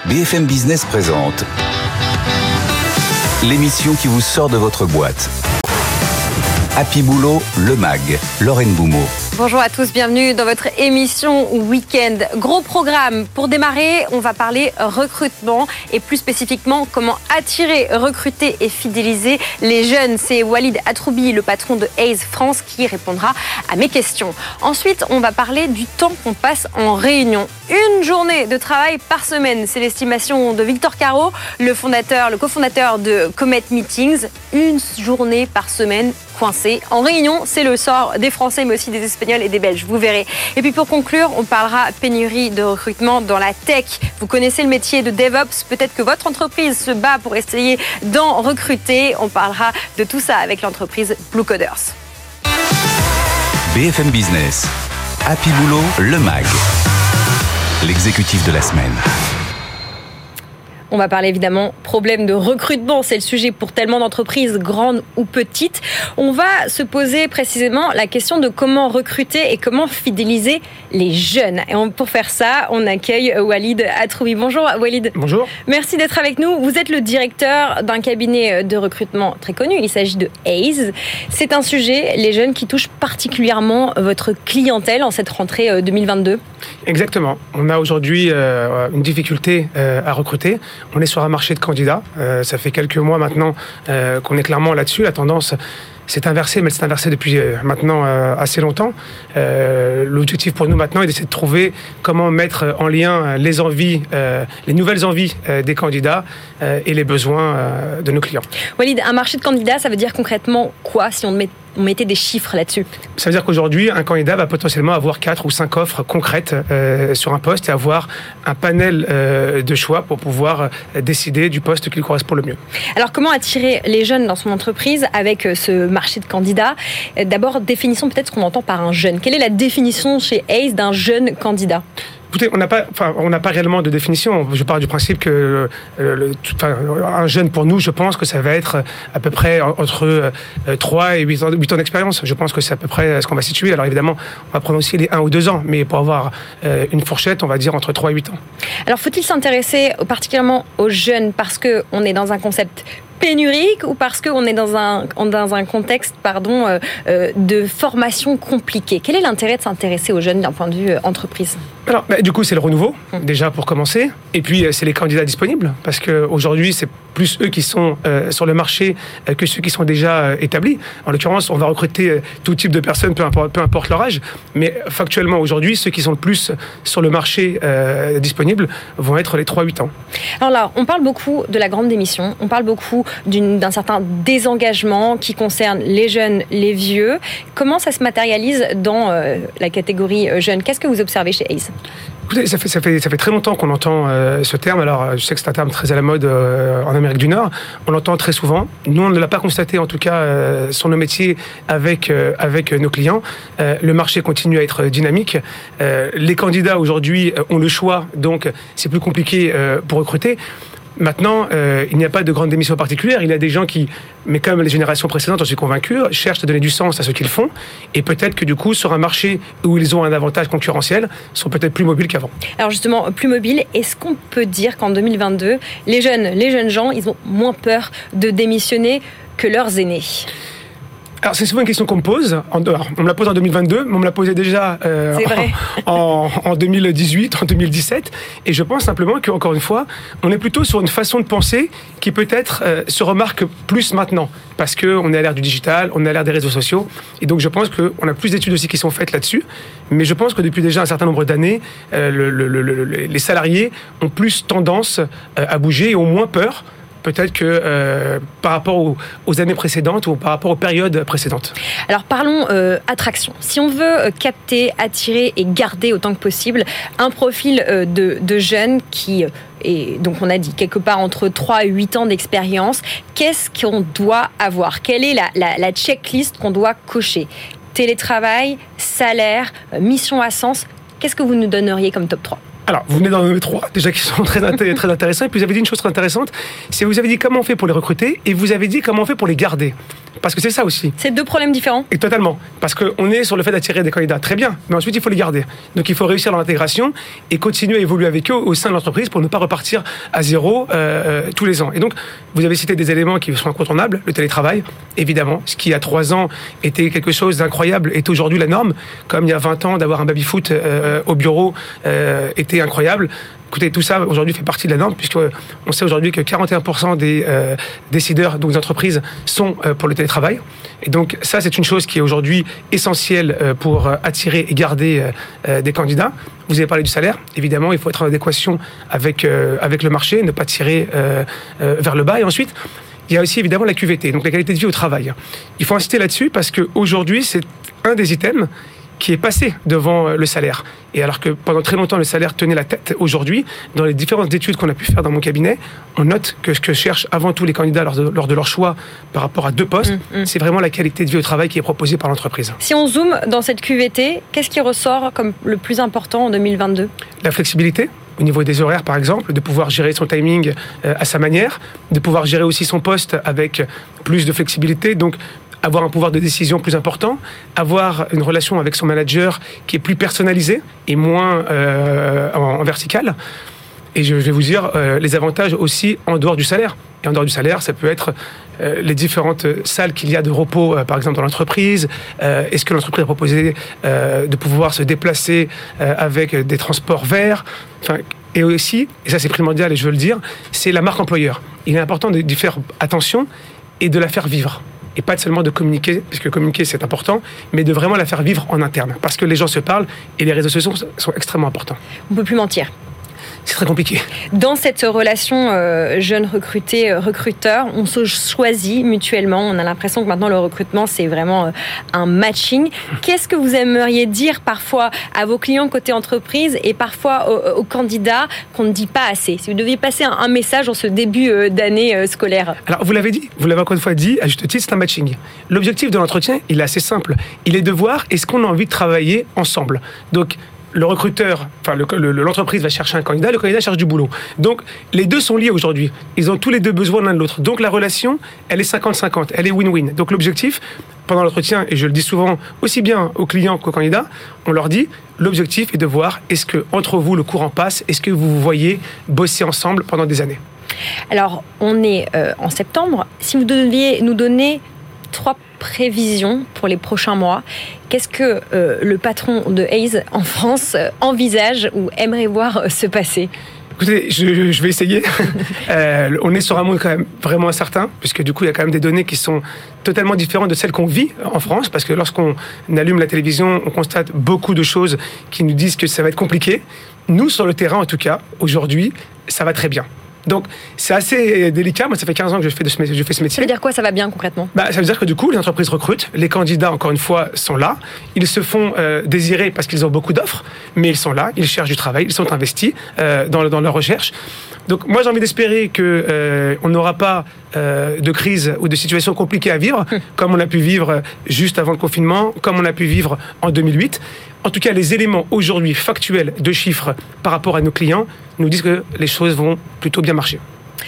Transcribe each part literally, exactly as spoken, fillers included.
B F M Business présente l'émission qui vous sort de votre boîte. Happy Boulot, le mag, Lorraine Boumeau. Bonjour à tous, bienvenue dans votre émission Week-end. Gros programme. Pour démarrer, on va parler recrutement et plus spécifiquement comment attirer, recruter et fidéliser les jeunes. C'est Walid Atroubi, le patron de Hays France, qui répondra à mes questions. Ensuite, on va parler du temps qu'on passe en réunion. Une journée de travail par semaine, c'est l'estimation de Victor Caro, le fondateur, le cofondateur de Comet Meetings. Une journée par semaine coincée en réunion, c'est le sort des Français, mais aussi des Espagnols et des Belges, vous verrez. Et puis pour conclure, on parlera pénurie de recrutement dans la tech. Vous connaissez le métier de DevOps, peut-être que votre entreprise se bat pour essayer d'en recruter. On parlera de tout ça avec l'entreprise Blue Coders. B F M Business, Happy Boulot, le mag, l'exécutif de la semaine. On va parler évidemment problème de recrutement, c'est le sujet pour tellement d'entreprises, grandes ou petites. On va se poser précisément la question de comment recruter et comment fidéliser les jeunes. Et on, pour faire ça, on accueille Walid Atroubi. Bonjour Walid. Bonjour. Merci d'être avec nous. Vous êtes le directeur d'un cabinet de recrutement très connu, il s'agit de Hays. C'est un sujet, les jeunes, qui touche particulièrement votre clientèle en cette rentrée deux mille vingt-deux. Exactement. On a aujourd'hui euh, une difficulté euh, à recruter. On est sur un marché de candidats. Euh, ça fait quelques mois maintenant euh, qu'on est clairement là-dessus. La tendance s'est inversée, mais elle s'est inversée depuis euh, maintenant euh, assez longtemps. Euh, l'objectif pour nous maintenant est d'essayer de trouver comment mettre en lien les envies, euh, les nouvelles envies euh, des candidats euh, et les besoins euh, de nos clients. Walid, un marché de candidats, ça veut dire concrètement quoi si on met on mettait des chiffres là-dessus? Ça veut dire qu'aujourd'hui, un candidat va potentiellement avoir quatre ou cinq offres concrètes euh, sur un poste et avoir un panel euh, de choix pour pouvoir décider du poste qui lui correspond le mieux. Alors, comment attirer les jeunes dans son entreprise avec ce marché de candidats? D'abord, définissons peut-être ce qu'on entend par un jeune. Quelle est la définition chez Hays d'un jeune candidat? Écoutez, on n'a pas, enfin, on n'a pas réellement de définition. Je pars du principe que euh, le, enfin, un jeune pour nous, je pense que ça va être à peu près entre euh, trois et huit ans, huit ans d'expérience. Je pense que c'est à peu près ce qu'on va situer. Alors évidemment, on va prendre aussi les un ou deux ans, mais pour avoir euh, une fourchette, on va dire entre trois et huit ans. Alors faut-il s'intéresser particulièrement aux jeunes parce qu'on est dans un concept pénurique ou parce qu'on est dans un, dans un contexte pardon, euh, euh, de formation compliquée? Quel est l'intérêt de s'intéresser aux jeunes d'un point de vue euh, entreprise? Alors, bah, du coup, c'est le renouveau, déjà pour commencer. Et puis, c'est les candidats disponibles, parce qu'aujourd'hui, c'est plus eux qui sont euh, sur le marché euh, que ceux qui sont déjà euh, établis. En l'occurrence, on va recruter euh, tout type de personnes, peu importe, peu importe leur âge. Mais factuellement, aujourd'hui, ceux qui sont le plus sur le marché euh, disponible vont être les trois à huit ans. Alors là, on parle beaucoup de la grande démission, on parle beaucoup d'une, d'un certain désengagement qui concerne les jeunes, les vieux. Comment ça se matérialise dans euh, la catégorie jeune? Qu'est-ce que vous observez chez Hays? Écoutez, ça fait, ça fait, ça fait très longtemps qu'on entend euh, ce terme. Alors, je sais que c'est un terme très à la mode euh, en Amérique du Nord. On l'entend très souvent. Nous, on ne l'a pas constaté, en tout cas, euh, sur nos métiers avec, euh, avec nos clients. Euh, le marché continue à être dynamique. Euh, les candidats, aujourd'hui, ont le choix. Donc, c'est plus compliqué euh, pour recruter. Maintenant, euh, il n'y a pas de grande démission particulière. Il y a des gens qui, mais comme les générations précédentes, j'en suis convaincu, cherchent à donner du sens à ce qu'ils font. Et peut-être que du coup, sur un marché où ils ont un avantage concurrentiel, sont peut-être plus mobiles qu'avant. Alors justement, plus mobiles, est-ce qu'on peut dire qu'en deux mille vingt-deux, les jeunes, les jeunes gens, ils ont moins peur de démissionner que leurs aînés? Alors, c'est souvent une question qu'on me pose. On me la pose en deux mille vingt-deux, mais on me la posait déjà euh, en, en, en deux mille dix-huit, en deux mille dix-sept. Et je pense simplement qu'encore une fois, on est plutôt sur une façon de penser qui peut-être euh, se remarque plus maintenant. Parce qu'on est à l'ère du digital, on est à l'ère des réseaux sociaux. Et donc, je pense qu'on a plus d'études aussi qui sont faites là-dessus. Mais je pense que depuis déjà un certain nombre d'années, euh, le, le, le, le, les salariés ont plus tendance euh, à bouger et ont moins peur. Peut-être que euh, par rapport aux, aux années précédentes ou par rapport aux périodes précédentes. Alors parlons euh, attraction. Si on veut capter, attirer et garder autant que possible un profil euh, de, de jeunes qui est, donc on a dit, quelque part entre trois et huit ans d'expérience, qu'est-ce qu'on doit avoir? Quelle est la, la, la checklist qu'on doit cocher? Télétravail, salaire, mission à sens. Qu'est-ce que vous nous donneriez comme top trois? Alors, vous venez d'en nommer trois, déjà qui sont très, très intéressants. Et puis, vous avez dit une chose très intéressante, c'est que vous avez dit comment on fait pour les recruter et vous avez dit comment on fait pour les garder. Parce que c'est ça aussi. C'est deux problèmes différents. Et totalement. Parce qu'on est sur le fait d'attirer des candidats. Très bien. Mais ensuite, il faut les garder. Donc, il faut réussir leur intégration et continuer à évoluer avec eux au sein de l'entreprise pour ne pas repartir à zéro euh, tous les ans. Et donc, vous avez cité des éléments qui sont incontournables. Le télétravail, évidemment. Ce qui, il y a trois ans, était quelque chose d'incroyable, est aujourd'hui la norme. Comme il y a vingt ans, d'avoir un baby-foot euh, au bureau euh, était incroyable. Écoutez, tout ça, aujourd'hui, fait partie de la norme, puisqu'on sait aujourd'hui que quarante et un pour cent des euh, décideurs, donc des entreprises, sont euh, pour le télétravail. Et donc, ça, c'est une chose qui est aujourd'hui essentielle euh, pour euh, attirer et garder euh, euh, des candidats. Vous avez parlé du salaire. Évidemment, il faut être en adéquation avec, euh, avec le marché, ne pas tirer euh, euh, vers le bas. Et ensuite, il y a aussi évidemment la Q V T, donc la qualité de vie au travail. Il faut insister là-dessus parce qu'aujourd'hui, c'est un des items qui est passé devant le salaire. Et alors que pendant très longtemps, le salaire tenait la tête, aujourd'hui, dans les différentes études qu'on a pu faire dans mon cabinet, on note que ce que cherchent avant tout les candidats lors de, lors de leur choix par rapport à deux postes, mmh, mmh. c'est vraiment la qualité de vie au travail qui est proposée par l'entreprise. Si on zoome dans cette Q V T, qu'est-ce qui ressort comme le plus important en deux mille vingt-deux ? La flexibilité. Au niveau des horaires, par exemple, de pouvoir gérer son timing à sa manière, de pouvoir gérer aussi son poste avec plus de flexibilité. Donc, avoir un pouvoir de décision plus important, avoir une relation avec son manager qui est plus personnalisée et moins euh, en, en verticale. Et je vais vous dire euh, les avantages aussi en dehors du salaire. Et en dehors du salaire, ça peut être euh, les différentes salles qu'il y a de repos, euh, par exemple, dans l'entreprise. Euh, est-ce que l'entreprise a proposé euh, de pouvoir se déplacer euh, avec des transports verts ? Enfin, et aussi, et ça c'est primordial et je veux le dire, c'est la marque employeur. Il est important d'y faire attention et de la faire vivre. Et pas seulement de communiquer, parce que communiquer c'est important, mais de vraiment la faire vivre en interne. Parce que les gens se parlent et les réseaux sociaux sont, sont extrêmement importants. On ne peut plus mentir. C'est très compliqué. Dans cette relation euh, jeune recruté, euh, recruteur, on se choisit mutuellement. On a l'impression que maintenant le recrutement c'est vraiment euh, un matching. Qu'est-ce que vous aimeriez dire parfois à vos clients côté entreprise et parfois aux, aux candidats qu'on ne dit pas assez ? Si vous deviez passer un, un message en ce début euh, d'année euh, scolaire. Alors vous l'avez dit, vous l'avez encore une fois dit, à juste titre, c'est un matching. L'objectif de l'entretien, il est assez simple. Il est de voir est-ce qu'on a envie de travailler ensemble. Donc le recruteur, enfin le, le, l'entreprise va chercher un candidat, le candidat cherche du boulot. Donc les deux sont liés aujourd'hui. Ils ont tous les deux besoin l'un de l'autre. Donc la relation, elle est cinquante cinquante, elle est win-win. Donc l'objectif, pendant l'entretien, et je le dis souvent aussi bien aux clients qu'aux candidats, on leur dit, l'objectif est de voir est-ce que entre vous le courant passe, est-ce que vous vous voyez bosser ensemble pendant des années. Alors on est euh, en septembre. Si vous deviez nous donner trois prévisions pour les prochains mois, qu'est-ce que euh, le patron de Hays en France euh, envisage ou aimerait voir euh, se passer ? Écoutez, je, je vais essayer. euh, on est sur un monde quand même vraiment incertain, puisque du coup, il y a quand même des données qui sont totalement différentes de celles qu'on vit en France, parce que lorsqu'on allume la télévision, on constate beaucoup de choses qui nous disent que ça va être compliqué. Nous, sur le terrain, en tout cas, aujourd'hui, ça va très bien. Donc, c'est assez délicat. Moi, ça fait quinze ans que je fais, de ce, je fais ce métier. Ça veut dire quoi, ça va bien concrètement ? Bah, ça veut dire que du coup, les entreprises recrutent. Les candidats, encore une fois, sont là. Ils se font euh, désirer parce qu'ils ont beaucoup d'offres, mais ils sont là, ils cherchent du travail, ils sont investis euh, dans, dans leur recherche. Donc, moi, j'ai envie d'espérer qu'on euh, n'aura pas euh, de crise ou de situation compliquée à vivre, hum. comme on a pu vivre juste avant le confinement, comme on a pu vivre en deux mille huit. En tout cas, les éléments aujourd'hui factuels de chiffres par rapport à nos clients nous disent que les choses vont plutôt bien marcher.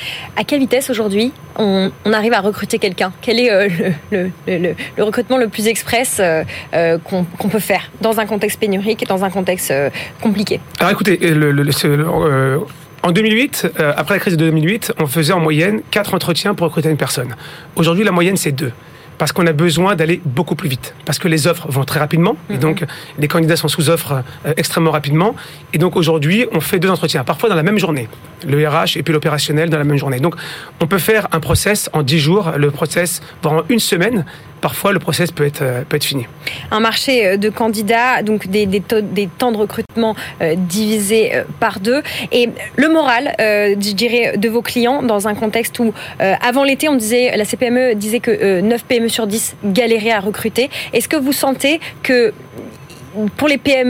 À quelle vitesse aujourd'hui on, on arrive à recruter quelqu'un ? Quel est euh, le, le, le, le recrutement le plus express euh, euh, qu'on, qu'on peut faire dans un contexte pénurique et dans un contexte euh, compliqué ? Alors écoutez, le, le, le, euh, en deux mille huit, euh, après la crise de deux mille huit, on faisait en moyenne quatre entretiens pour recruter une personne. Aujourd'hui, la moyenne, c'est deux. Parce qu'on a besoin d'aller beaucoup plus vite. Parce que les offres vont très rapidement. Et donc, les candidats sont sous offre euh, extrêmement rapidement. Et donc, aujourd'hui, on fait deux entretiens, parfois dans la même journée. Le R H et puis l'opérationnel dans la même journée. Donc, on peut faire un process en dix jours, le process pendant une semaine. Parfois, le process peut être, euh, peut être fini. Un marché de candidats, donc des, des, taux, des temps de recrutement euh, divisés euh, par deux. Et le moral, euh, je dirais, de vos clients dans un contexte où, euh, avant l'été, on disait, la C P M E disait que euh, neuf P M E sur dix galéraient à recruter. Est-ce que vous sentez que pour les P M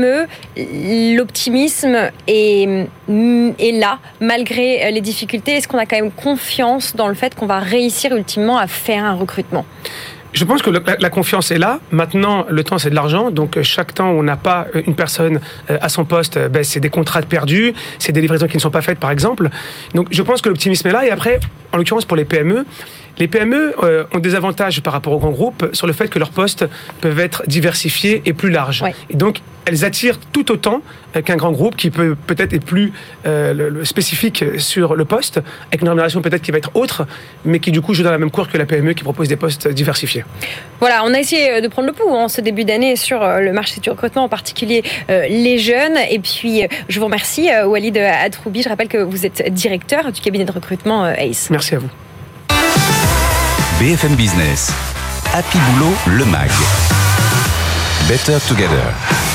E, l'optimisme est, est là, malgré les difficultés ? Est-ce qu'on a quand même confiance dans le fait qu'on va réussir ultimement à faire un recrutement ? Je pense que la, la confiance est là. Maintenant, le temps, c'est de l'argent. Donc, chaque temps où on n'a pas une personne à son poste, ben, c'est des contrats perdus, c'est des livraisons qui ne sont pas faites, par exemple. Donc, je pense que l'optimisme est là. Et après, en l'occurrence, pour les P M E, Les P M E euh, ont des avantages par rapport aux grands groupes sur le fait que leurs postes peuvent être diversifiés et plus larges. Ouais. Et donc, elles attirent tout autant qu'un grand groupe qui peut peut-être être plus euh, le, le spécifique sur le poste, avec une rémunération peut-être qui va être autre, mais qui du coup joue dans la même cour que la P M E qui propose des postes diversifiés. Voilà, on a essayé de prendre le pouls en ce début d'année sur le marché du recrutement, en particulier euh, les jeunes. Et puis, je vous remercie, euh, Walid Atroubi. Je rappelle que vous êtes directeur du cabinet de recrutement euh, ACE. Merci à vous. B F M Business, Happy Boulot, le mag. Better Together.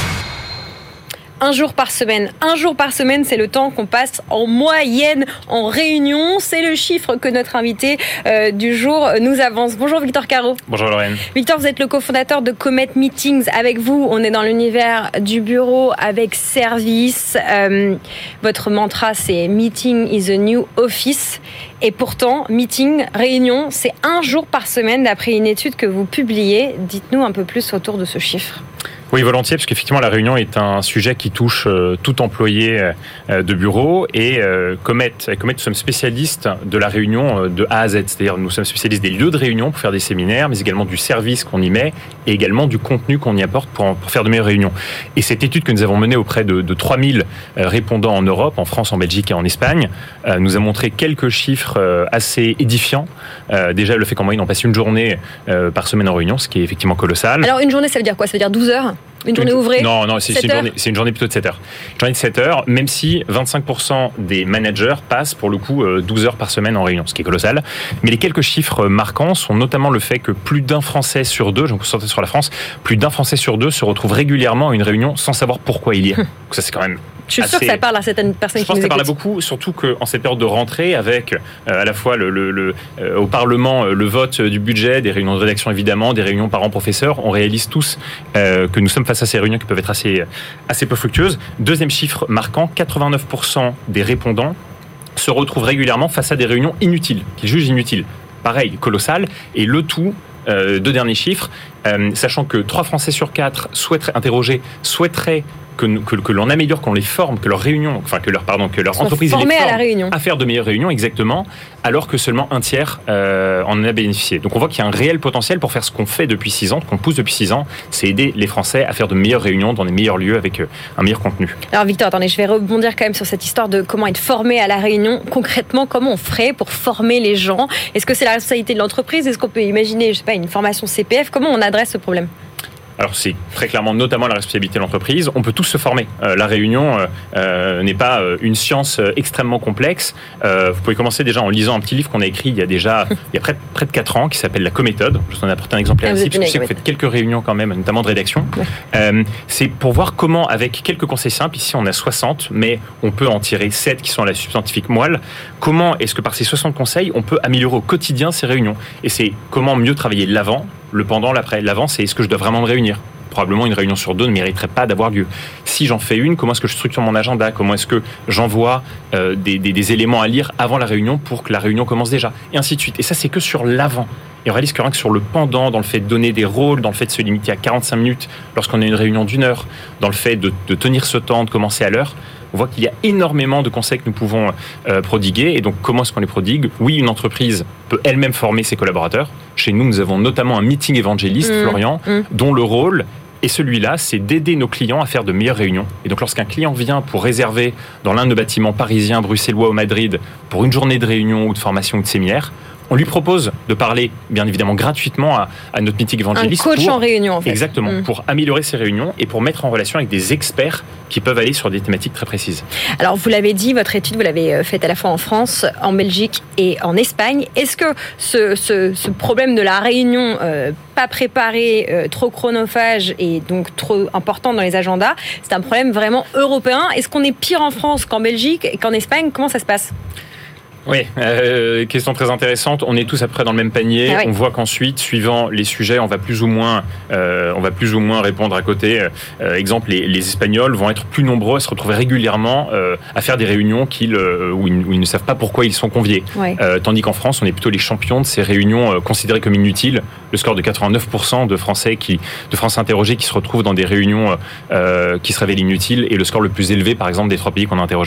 Un jour par semaine. Un jour par semaine, c'est le temps qu'on passe en moyenne en réunion. C'est le chiffre que notre invité euh, du jour nous avance. Bonjour Victor Caro. Bonjour Lorraine. Victor, vous êtes le cofondateur de Comet Meetings. Avec vous, on est dans l'univers du bureau avec service. Euh, votre mantra, c'est Meeting is a new office. Et pourtant, meeting, réunion, c'est un jour par semaine d'après une étude que vous publiez. Dites-nous un peu plus autour de ce chiffre. Oui, volontiers, parce qu'effectivement, la réunion est un sujet qui touche euh, tout employé euh, de bureau. Et euh, Comet, Comet, nous sommes spécialistes de la réunion euh, de A à Z. C'est-à-dire, nous sommes spécialistes des lieux de réunion pour faire des séminaires, mais également du service qu'on y met et également du contenu qu'on y apporte pour, pour faire de meilleures réunions. Et cette étude que nous avons menée auprès de, de trois mille euh, répondants en Europe, en France, en Belgique et en Espagne, euh, nous a montré quelques chiffres euh, assez édifiants. Euh, déjà, le fait qu'en moyenne, on passe une journée euh, par semaine en réunion, ce qui est effectivement colossal. Alors, une journée, ça veut dire quoi ? Ça veut dire douze heures ? Une journée ouvrée ? Non, non, c'est, c'est, une journée, c'est une journée plutôt de sept heures. Une journée de sept heures, même si vingt-cinq pour cent des managers passent pour le coup douze heures par semaine en réunion, ce qui est colossal. Mais les quelques chiffres marquants sont notamment le fait que plus d'un Français sur deux, je me concentre sur la France, plus d'un Français sur deux se retrouve régulièrement à une réunion sans savoir pourquoi il y est. Donc ça, c'est quand même... Je suis sûre que ça parle à certaines personnes je qui nous écoutent. Je pense que ça parle beaucoup, surtout qu'en cette période de rentrée, avec euh, à la fois le, le, le, euh, au Parlement le vote du budget, des réunions de rédaction évidemment, des réunions parents-professeurs, on réalise tous euh, que nous sommes face à ces réunions qui peuvent être assez, assez peu fructueuses. Deuxième chiffre marquant, quatre-vingt-neuf pour cent des répondants se retrouvent régulièrement face à des réunions inutiles, qu'ils jugent inutiles. Pareil, colossal. Et le tout, euh, deux derniers chiffres, euh, sachant que trois Français sur quatre souhaiteraient, interrogés souhaiteraient Que, que, que l'on améliore, qu'on les forme, que leur réunion, enfin que leur pardon, que leur entreprise les forme à, la réunion. à faire de meilleures réunions, exactement, alors que seulement un tiers euh, en a bénéficié. Donc on voit qu'il y a un réel potentiel pour faire ce qu'on fait depuis six ans, qu'on pousse depuis six ans, c'est aider les Français à faire de meilleures réunions dans des meilleurs lieux avec euh, un meilleur contenu. Alors Victor, attendez, je vais rebondir quand même sur cette histoire de comment être formé à la réunion. Concrètement, comment on ferait pour former les gens ? Est-ce que c'est la responsabilité de l'entreprise ? Est-ce qu'on peut imaginer, je sais pas, une formation C P F ? Comment on adresse ce problème ? Alors c'est très clairement notamment la responsabilité de l'entreprise. On peut tous se former. Euh, la réunion euh, euh, n'est pas euh, une science euh, extrêmement complexe. Euh, vous pouvez commencer déjà en lisant un petit livre qu'on a écrit il y a déjà il y a près, près de quatre ans qui s'appelle La Cométhode. Je vous en ai apporté un exemplaire ici parce que je sais que vous faites quelques réunions quand même, notamment de rédaction. Ouais. Euh, c'est pour voir comment, avec quelques conseils simples, ici on a soixante, mais on peut en tirer sept qui sont à la substantifique moelle. Comment est-ce que par ces soixante conseils, on peut améliorer au quotidien ces réunions ? Et c'est comment mieux travailler l'avant, le pendant, l'après. L'avant, c'est est-ce que je dois vraiment me réunir ? Probablement une réunion sur deux ne mériterait pas d'avoir lieu. Si j'en fais une, comment est-ce que je structure mon agenda ? Comment est-ce que j'envoie euh, des, des, des éléments à lire avant la réunion pour que la réunion commence déjà ? Et ainsi de suite. Et ça, c'est que sur l'avant. Et on réalise que rien que sur le pendant, dans le fait de donner des rôles, dans le fait de se limiter à quarante-cinq minutes lorsqu'on a une réunion d'une heure, dans le fait de, de tenir ce temps, de commencer à l'heure, on voit qu'il y a énormément de conseils que nous pouvons euh, prodiguer. Et donc, comment est-ce qu'on les prodigue ? Oui, une entreprise peut elle-même former ses collaborateurs. Chez nous, nous avons notamment un meeting évangéliste, mmh, Florian, mmh. dont le rôle... Et celui-là, c'est d'aider nos clients à faire de meilleures réunions. Et donc, lorsqu'un client vient pour réserver dans l'un de nos bâtiments parisiens, bruxellois ou Madrid, pour une journée de réunion ou de formation ou de séminaire, on lui propose de parler, bien évidemment, gratuitement à, à notre meeting évangéliste. Un coach pour, en réunion, en fait. Exactement, mmh. pour améliorer ses réunions et pour mettre en relation avec des experts qui peuvent aller sur des thématiques très précises. Alors, vous l'avez dit, votre étude, vous l'avez faite à la fois en France, en Belgique et en Espagne. Est-ce que ce, ce, ce problème de la réunion euh, pas préparée, euh, trop chronophage et donc trop important dans les agendas, c'est un problème vraiment européen ? Est-ce qu'on est pire en France qu'en Belgique et qu'en Espagne ? Comment ça se passe ? Oui, euh, question très intéressante. On est tous à peu près dans le même panier. Ah oui. On voit qu'ensuite, suivant les sujets, on va plus ou moins, euh, on va plus ou moins répondre à côté. Euh, exemple, les, les Espagnols vont être plus nombreux à se retrouver régulièrement euh, à faire des réunions qu'ils, euh, où, ils, où ils ne savent pas pourquoi ils sont conviés. Oui. Euh, tandis qu'en France, on est plutôt les champions de ces réunions euh, considérées comme inutiles. Le score de quatre-vingt-neuf pour cent de Français qui, de Français interrogés qui se retrouvent dans des réunions euh, qui se révèlent inutiles, et le score le plus élevé, par exemple, des trois pays qu'on a interrogés.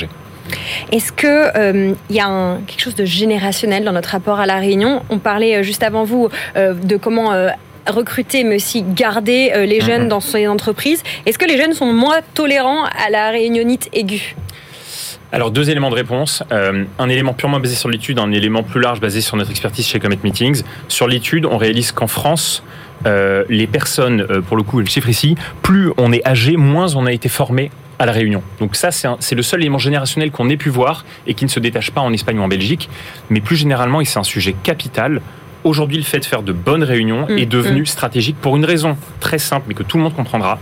Est-ce qu'il euh, y a un, quelque chose de générationnel dans notre rapport à la Réunion ? On parlait euh, juste avant vous euh, de comment euh, recruter mais aussi garder euh, les jeunes mmh. dans ces entreprises. Est-ce que les jeunes sont moins tolérants à la réunionnite aiguë ? Alors, deux éléments de réponse. Euh, un élément purement basé sur l'étude, un élément plus large basé sur notre expertise chez Comet Meetings. Sur l'étude, on réalise qu'en France, euh, les personnes, euh, pour le coup, le chiffre ici, plus on est âgé, moins on a été formé à la Réunion. Donc ça, c'est, un, c'est le seul élément générationnel qu'on ait pu voir et qui ne se détache pas en Espagne ou en Belgique. Mais plus généralement, et c'est un sujet capital, aujourd'hui, le fait de faire de bonnes réunions mmh, est devenu mmh. stratégique pour une raison très simple, mais que tout le monde comprendra.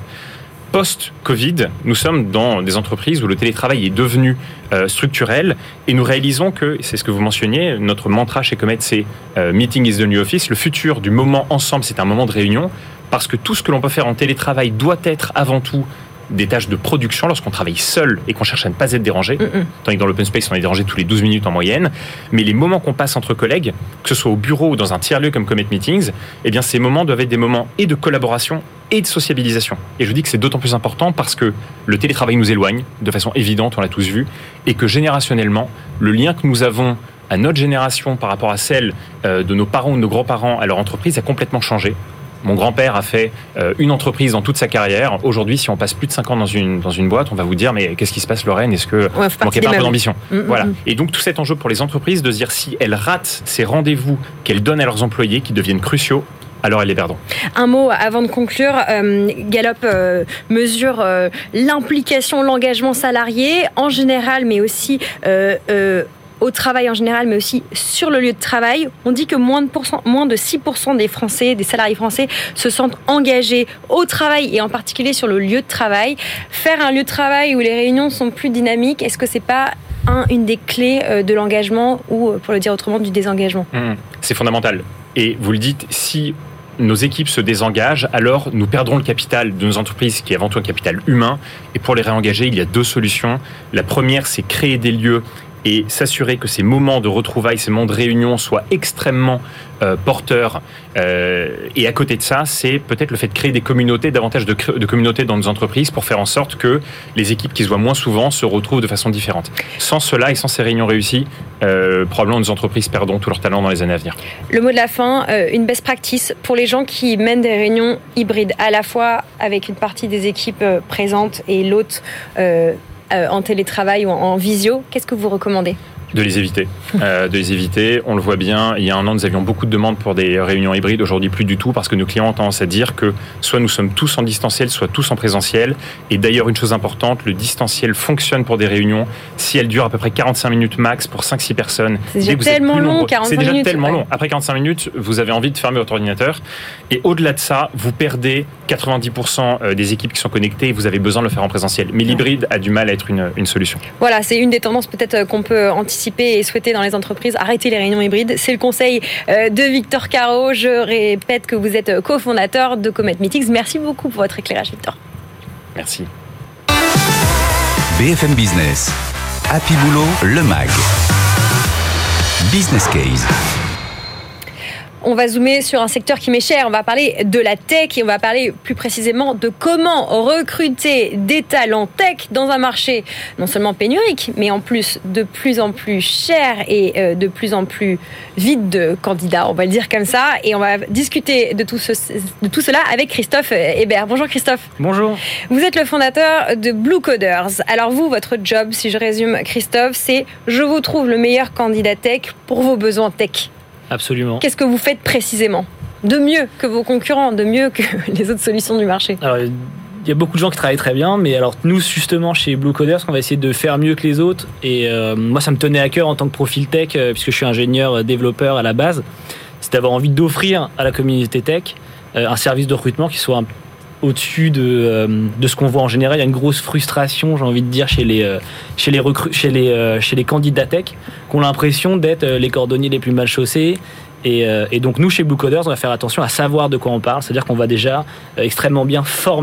Post-Covid, nous sommes dans des entreprises où le télétravail est devenu euh, structurel et nous réalisons que, c'est ce que vous mentionniez, notre mantra chez Comet, c'est euh, « Meeting is the new office ». Le futur du moment ensemble, c'est un moment de réunion parce que tout ce que l'on peut faire en télétravail doit être avant tout des tâches de production lorsqu'on travaille seul et qu'on cherche à ne pas être dérangé. Mm-mm. Tandis que dans l'open space, on est dérangé tous les douze minutes en moyenne. Mais les moments qu'on passe entre collègues, que ce soit au bureau ou dans un tiers-lieu comme Comet Meetings, eh bien, ces moments doivent être des moments et de collaboration et de sociabilisation. Et je dis que c'est d'autant plus important parce que le télétravail nous éloigne de façon évidente, on l'a tous vu, et que générationnellement, le lien que nous avons à notre génération par rapport à celle de nos parents ou de nos grands-parents à leur entreprise a complètement changé. Mon grand-père a fait euh, une entreprise dans toute sa carrière. Aujourd'hui, si on passe plus de cinq ans dans une, dans une boîte, on va vous dire, mais qu'est-ce qui se passe, Lorraine ? Est-ce que ouais, vous manquez pas un peu d'ambition ? mmh, Voilà. mmh. Et donc, tout cet enjeu pour les entreprises de se dire si elles ratent ces rendez-vous qu'elles donnent à leurs employés, qui deviennent cruciaux, alors elles les perdront. Un mot avant de conclure. Euh, Gallup euh, mesure euh, l'implication, l'engagement salarié en général, mais aussi... Euh, euh, au travail en général, mais aussi sur le lieu de travail. On dit que moins de, pourcent, moins de six pour cent des Français, des salariés français, se sentent engagés au travail et en particulier sur le lieu de travail. Faire un lieu de travail où les réunions sont plus dynamiques, est-ce que c'est pas un, une des clés de l'engagement ou, pour le dire autrement, du désengagement ? Mmh, c'est fondamental. Et vous le dites, si nos équipes se désengagent, alors nous perdrons le capital de nos entreprises, qui est avant tout un capital humain. Et pour les réengager, il y a deux solutions. La première, c'est créer des lieux et s'assurer que ces moments de retrouvailles, ces moments de réunion soient extrêmement euh, porteurs. Euh, et à côté de ça, c'est peut-être le fait de créer des communautés, davantage de, de communautés dans nos entreprises pour faire en sorte que les équipes qui se voient moins souvent se retrouvent de façon différente. Sans cela et sans ces réunions réussies, euh, probablement nos entreprises perdront tout leur talent dans les années à venir. Le mot de la fin, euh, une best practice pour les gens qui mènent des réunions hybrides, à la fois avec une partie des équipes euh, présentes et l'autre euh, en télétravail ou en visio, qu'est-ce que vous recommandez ? De les éviter. Euh, de les éviter. On le voit bien. Il y a un an, nous avions beaucoup de demandes pour des réunions hybrides. Aujourd'hui, plus du tout, parce que nos clients ont tendance à dire que soit nous sommes tous en distanciel, soit tous en présentiel. Et d'ailleurs, une chose importante, le distanciel fonctionne pour des réunions si elles durent à peu près quarante-cinq minutes max pour cinq six personnes. C'est déjà tellement long, quarante-cinq C'est déjà minutes, tellement ouais. long. Après quarante-cinq minutes, vous avez envie de fermer votre ordinateur. Et au-delà de ça, vous perdez quatre-vingt-dix pour cent des équipes qui sont connectées et vous avez besoin de le faire en présentiel. Mais l'hybride a du mal à être une, une solution. Voilà, c'est une des tendances peut-être qu'on peut anticiper et souhaiter dans les entreprises, arrêter les réunions hybrides. C'est le conseil de Victor Caro. Je répète que vous êtes cofondateur de Comet Meetings. Merci beaucoup pour votre éclairage, Victor. Merci. B F M Business, Happy Boulot, le mag. Business Case. On va zoomer sur un secteur qui m'est cher. On va parler de la tech et on va parler plus précisément de comment recruter des talents tech dans un marché non seulement pénurique, mais en plus de plus en plus cher et de plus en plus vide de candidats, on va le dire comme ça. Et on va discuter de tout, ce, de tout cela avec Christophe Hébert. Bonjour Christophe. Bonjour. Vous êtes le fondateur de Blue Coders. Alors vous, votre job, si je résume Christophe, c'est je vous trouve le meilleur candidat tech pour vos besoins tech. Absolument. Qu'est-ce que vous faites précisément ? De mieux que vos concurrents, de mieux que les autres solutions du marché ? Alors, il y a beaucoup de gens qui travaillent très bien, mais alors nous, justement, chez Blue Coders, on va essayer de faire mieux que les autres. Et euh, moi, ça me tenait à cœur en tant que profil tech, euh, puisque je suis ingénieur euh, développeur à la base, c'est d'avoir envie d'offrir à la communauté tech euh, un service de recrutement qui soit un au-dessus de, euh, de ce qu'on voit en général. Il y a une grosse frustration, j'ai envie de dire, chez les, euh, chez les, recru- chez les, euh, chez les candidats tech qui ont l'impression d'être euh, les cordonniers les plus mal chaussés. Et, euh, et donc nous, chez Blue Coders, on va faire attention à savoir de quoi on parle. C'est-à-dire qu'on va déjà euh, extrêmement bien former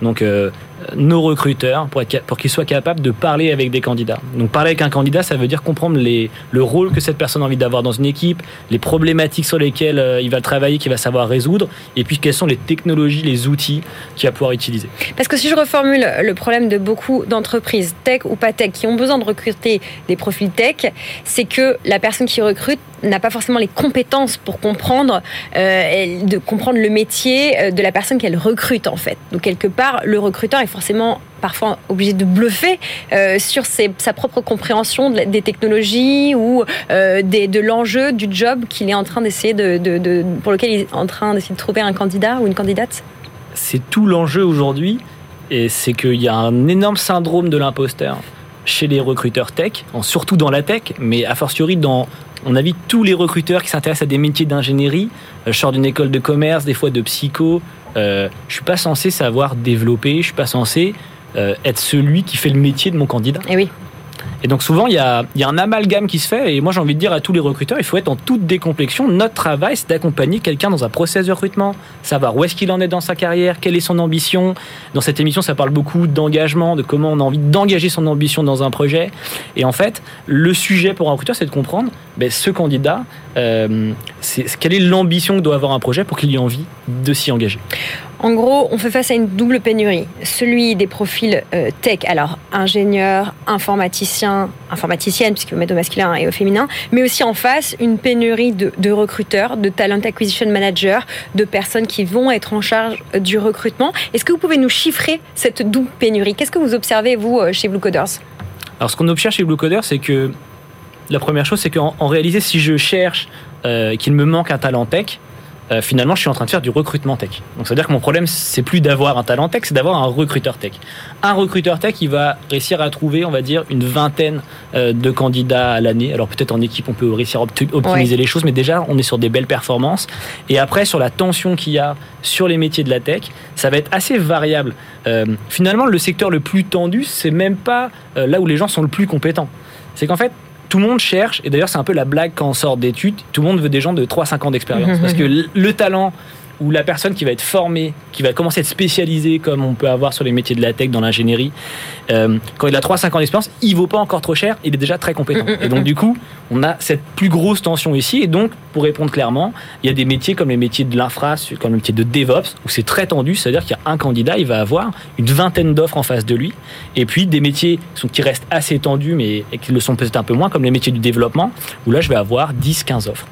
donc euh, nos recruteurs, pour, être, pour qu'ils soient capables de parler avec des candidats. Donc parler avec un candidat, ça veut dire comprendre les, le rôle que cette personne a envie d'avoir dans une équipe, les problématiques sur lesquelles euh, il va travailler, qu'il va savoir résoudre, et puis quelles sont les technologies, les outils qu'il va pouvoir utiliser. Parce que si je reformule le problème de beaucoup d'entreprises, tech ou pas tech, qui ont besoin de recruter des profils tech, c'est que la personne qui recrute n'a pas forcément les compétences pour comprendre, euh, de comprendre le métier de la personne qu'elle recrute en fait. Donc quelque part, le recruteur est forcément parfois obligé de bluffer euh, sur ses, sa propre compréhension de, des technologies ou euh, des, de l'enjeu du job qu'il est en train d'essayer de, de, de, pour lequel il est en train d'essayer de trouver un candidat ou une candidate. C'est tout l'enjeu aujourd'hui, et c'est qu'il y a un énorme syndrome de l'imposteur chez les recruteurs tech, surtout dans la tech, mais a fortiori dans, on invite tous les recruteurs qui s'intéressent à des métiers d'ingénierie. Je sors d'une école de commerce, des fois de psycho. Euh, je suis pas censé savoir développer, je suis pas censé euh, être celui qui fait le métier de mon candidat. Et oui. Et donc souvent, il y a, il y a un amalgame qui se fait, et moi j'ai envie de dire à tous les recruteurs, il faut être en toute décomplexion. Notre travail, c'est d'accompagner quelqu'un dans un process de recrutement, savoir où est-ce qu'il en est dans sa carrière, quelle est son ambition. Dans cette émission, ça parle beaucoup d'engagement, de comment on a envie d'engager son ambition dans un projet. Et en fait, le sujet pour un recruteur, c'est de comprendre ben, ce candidat, euh, c'est, quelle est l'ambition que doit avoir un projet pour qu'il ait envie de s'y engager. En gros, on fait face à une double pénurie. Celui des profils euh, tech, alors ingénieur, informaticien, informaticienne, puisque vous mettez au masculin et au féminin, mais aussi en face, une pénurie de, de recruteurs, de talent acquisition managers, de personnes qui vont être en charge du recrutement. Est-ce que vous pouvez nous chiffrer cette double pénurie ? Qu'est-ce que vous observez, vous, chez Blue Coders ? Alors, ce qu'on observe chez Blue Coders, c'est que la première chose, c'est qu'en en réalité, si je cherche euh, qu'il me manque un talent tech, Euh, finalement, je suis en train de faire du recrutement tech. Donc, ça veut dire que mon problème, c'est plus d'avoir un talent tech, c'est d'avoir un recruteur tech. Un recruteur tech, il va réussir à trouver, on va dire, une vingtaine euh, de candidats à l'année. Alors, peut-être en équipe, on peut réussir à optimiser ouais. les choses, mais déjà, on est sur des belles performances. Et après, sur la tension qu'il y a sur les métiers de la tech, ça va être assez variable. Euh, finalement, le secteur le plus tendu, c'est même pas euh, là où les gens sont le plus compétents. C'est qu'en fait, tout le monde cherche, et d'ailleurs c'est un peu la blague quand on sort d'études, tout le monde veut des gens de trois à cinq ans d'expérience. Parce que le talent ou la personne qui va être formée, qui va commencer à être spécialisée comme on peut avoir sur les métiers de la tech, dans l'ingénierie, euh, quand il a trois à cinq ans d'expérience, il vaut pas encore trop cher, il est déjà très compétent. Et donc du coup, on a cette plus grosse tension ici, et donc pour répondre clairement, il y a des métiers comme les métiers de l'infra, comme le métier de DevOps, où c'est très tendu, c'est-à-dire qu'il y a un candidat, il va avoir une vingtaine d'offres en face de lui, et puis des métiers qui restent assez tendus, mais qui le sont peut-être un peu moins, comme les métiers du développement, où là je vais avoir dix à quinze offres.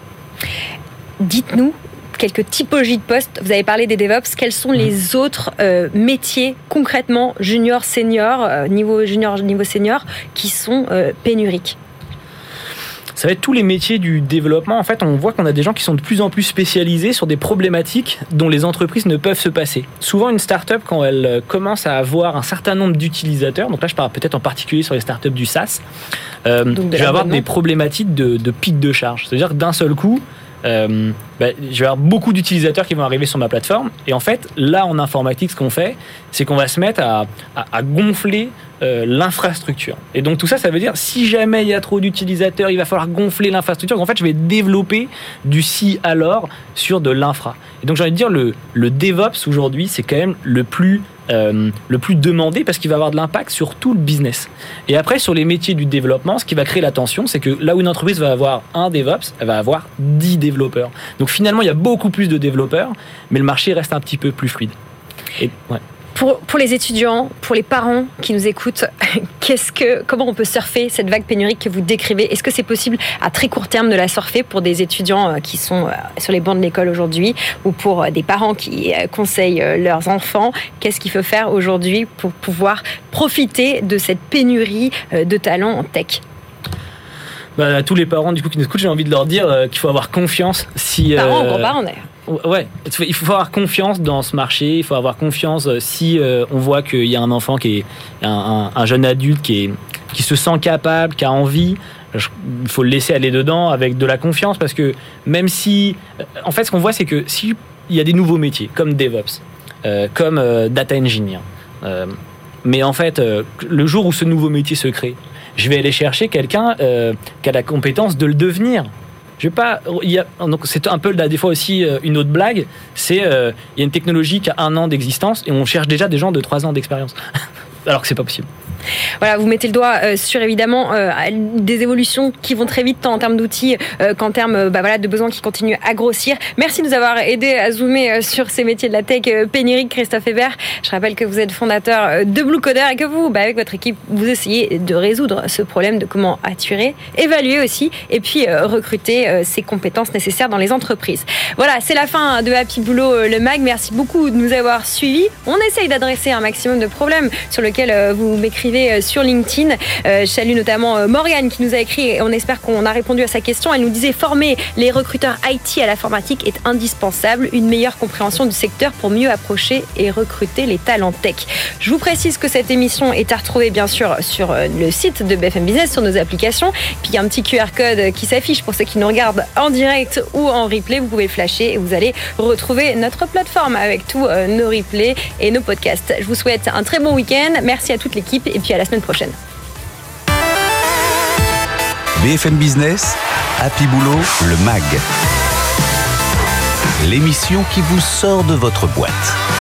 Dites-nous quelques typologies de postes. Vous avez parlé des DevOps. Quels sont les autres euh, métiers concrètement, junior, senior, euh, niveau junior, niveau senior, qui sont euh, pénuriques ? Ça va être tous les métiers du développement. En fait, on voit qu'on a des gens qui sont de plus en plus spécialisés sur des problématiques dont les entreprises ne peuvent se passer. Souvent, une start-up, quand elle commence à avoir un certain nombre d'utilisateurs, donc là, je parle peut-être en particulier sur les start-up du SaaS, euh, je vais avoir des problématiques de, de pic de charge. C'est-à-dire que d'un seul coup, Euh, bah, je vais avoir beaucoup d'utilisateurs qui vont arriver sur ma plateforme, et en fait là en informatique ce qu'on fait c'est qu'on va se mettre à, à, à gonfler euh, l'infrastructure, et donc tout ça ça veut dire si jamais il y a trop d'utilisateurs il va falloir gonfler l'infrastructure. Donc, en fait je vais développer du si alors sur de l'infra, et donc j'ai envie de dire le, le DevOps aujourd'hui c'est quand même le plus Euh, le plus demandé parce qu'il va avoir de l'impact sur tout le business. Et après, sur les métiers du développement, ce qui va créer la tension, c'est que là où une entreprise va avoir un DevOps, elle va avoir dix développeurs. Donc finalement, il y a beaucoup plus de développeurs, mais le marché reste un petit peu plus fluide. Et, ouais. Pour, pour les étudiants, pour les parents qui nous écoutent, qu'est-ce que, comment on peut surfer cette vague pénurique que vous décrivez ? Est-ce que c'est possible à très court terme de la surfer pour des étudiants qui sont sur les bancs de l'école aujourd'hui, ou pour des parents qui conseillent leurs enfants ? Qu'est-ce qu'il faut faire aujourd'hui pour pouvoir profiter de cette pénurie de talents en tech ? Bah, à tous les parents du coup qui nous écoutent, j'ai envie de leur dire euh, qu'il faut avoir confiance. Si, parents, euh, grands-parents d'ailleurs. Ouais, il faut avoir confiance dans ce marché, il faut avoir confiance si euh, on voit qu'il y a un enfant qui est un, un, un jeune adulte qui, est, qui se sent capable, qui a envie, je, il faut le laisser aller dedans avec de la confiance, parce que même si, en fait ce qu'on voit c'est que s'il y a des nouveaux métiers comme DevOps, euh, comme euh, Data Engineer, euh, mais en fait euh, le jour où ce nouveau métier se crée, je vais aller chercher quelqu'un euh, qui a la compétence de le devenir. Je vais pas. Il y a, donc c'est un peu des fois aussi une autre blague. C'est euh, il y a une technologie qui a un an d'existence et on cherche déjà des gens de trois ans d'expérience. Alors que c'est pas possible. Voilà, vous mettez le doigt euh, sur évidemment euh, des évolutions qui vont très vite tant en termes d'outils euh, qu'en termes euh, bah, voilà, de besoins qui continuent à grossir. Merci de nous avoir aidé à zoomer euh, sur ces métiers de la tech euh, pénuriques, Christophe Hébert. Je rappelle que vous êtes fondateur euh, de Blue Coder et que vous, bah, avec votre équipe, vous essayez de résoudre ce problème de comment attirer, évaluer aussi et puis euh, recruter euh, ces compétences nécessaires dans les entreprises. Voilà, c'est la fin de Happy Boulot, euh, le mag. Merci beaucoup de nous avoir suivis. On essaye d'adresser un maximum de problèmes sur lesquels euh, vous m'écrivez sur LinkedIn. Euh, je salue notamment euh, Morgane qui nous a écrit et on espère qu'on a répondu à sa question. Elle nous disait former les recruteurs I T à l'informatique est indispensable. Une meilleure compréhension du secteur pour mieux approcher et recruter les talents tech. Je vous précise que cette émission est à retrouver bien sûr sur le site de B F M Business, sur nos applications. Puis il y a un petit Q R code qui s'affiche pour ceux qui nous regardent en direct ou en replay. Vous pouvez le flasher et vous allez retrouver notre plateforme avec tous euh, nos replays et nos podcasts. Je vous souhaite un très bon week-end. Merci à toute l'équipe et puis à la semaine prochaine. B F M Business, Happy Boulot, le mag. L'émission qui vous sort de votre boîte.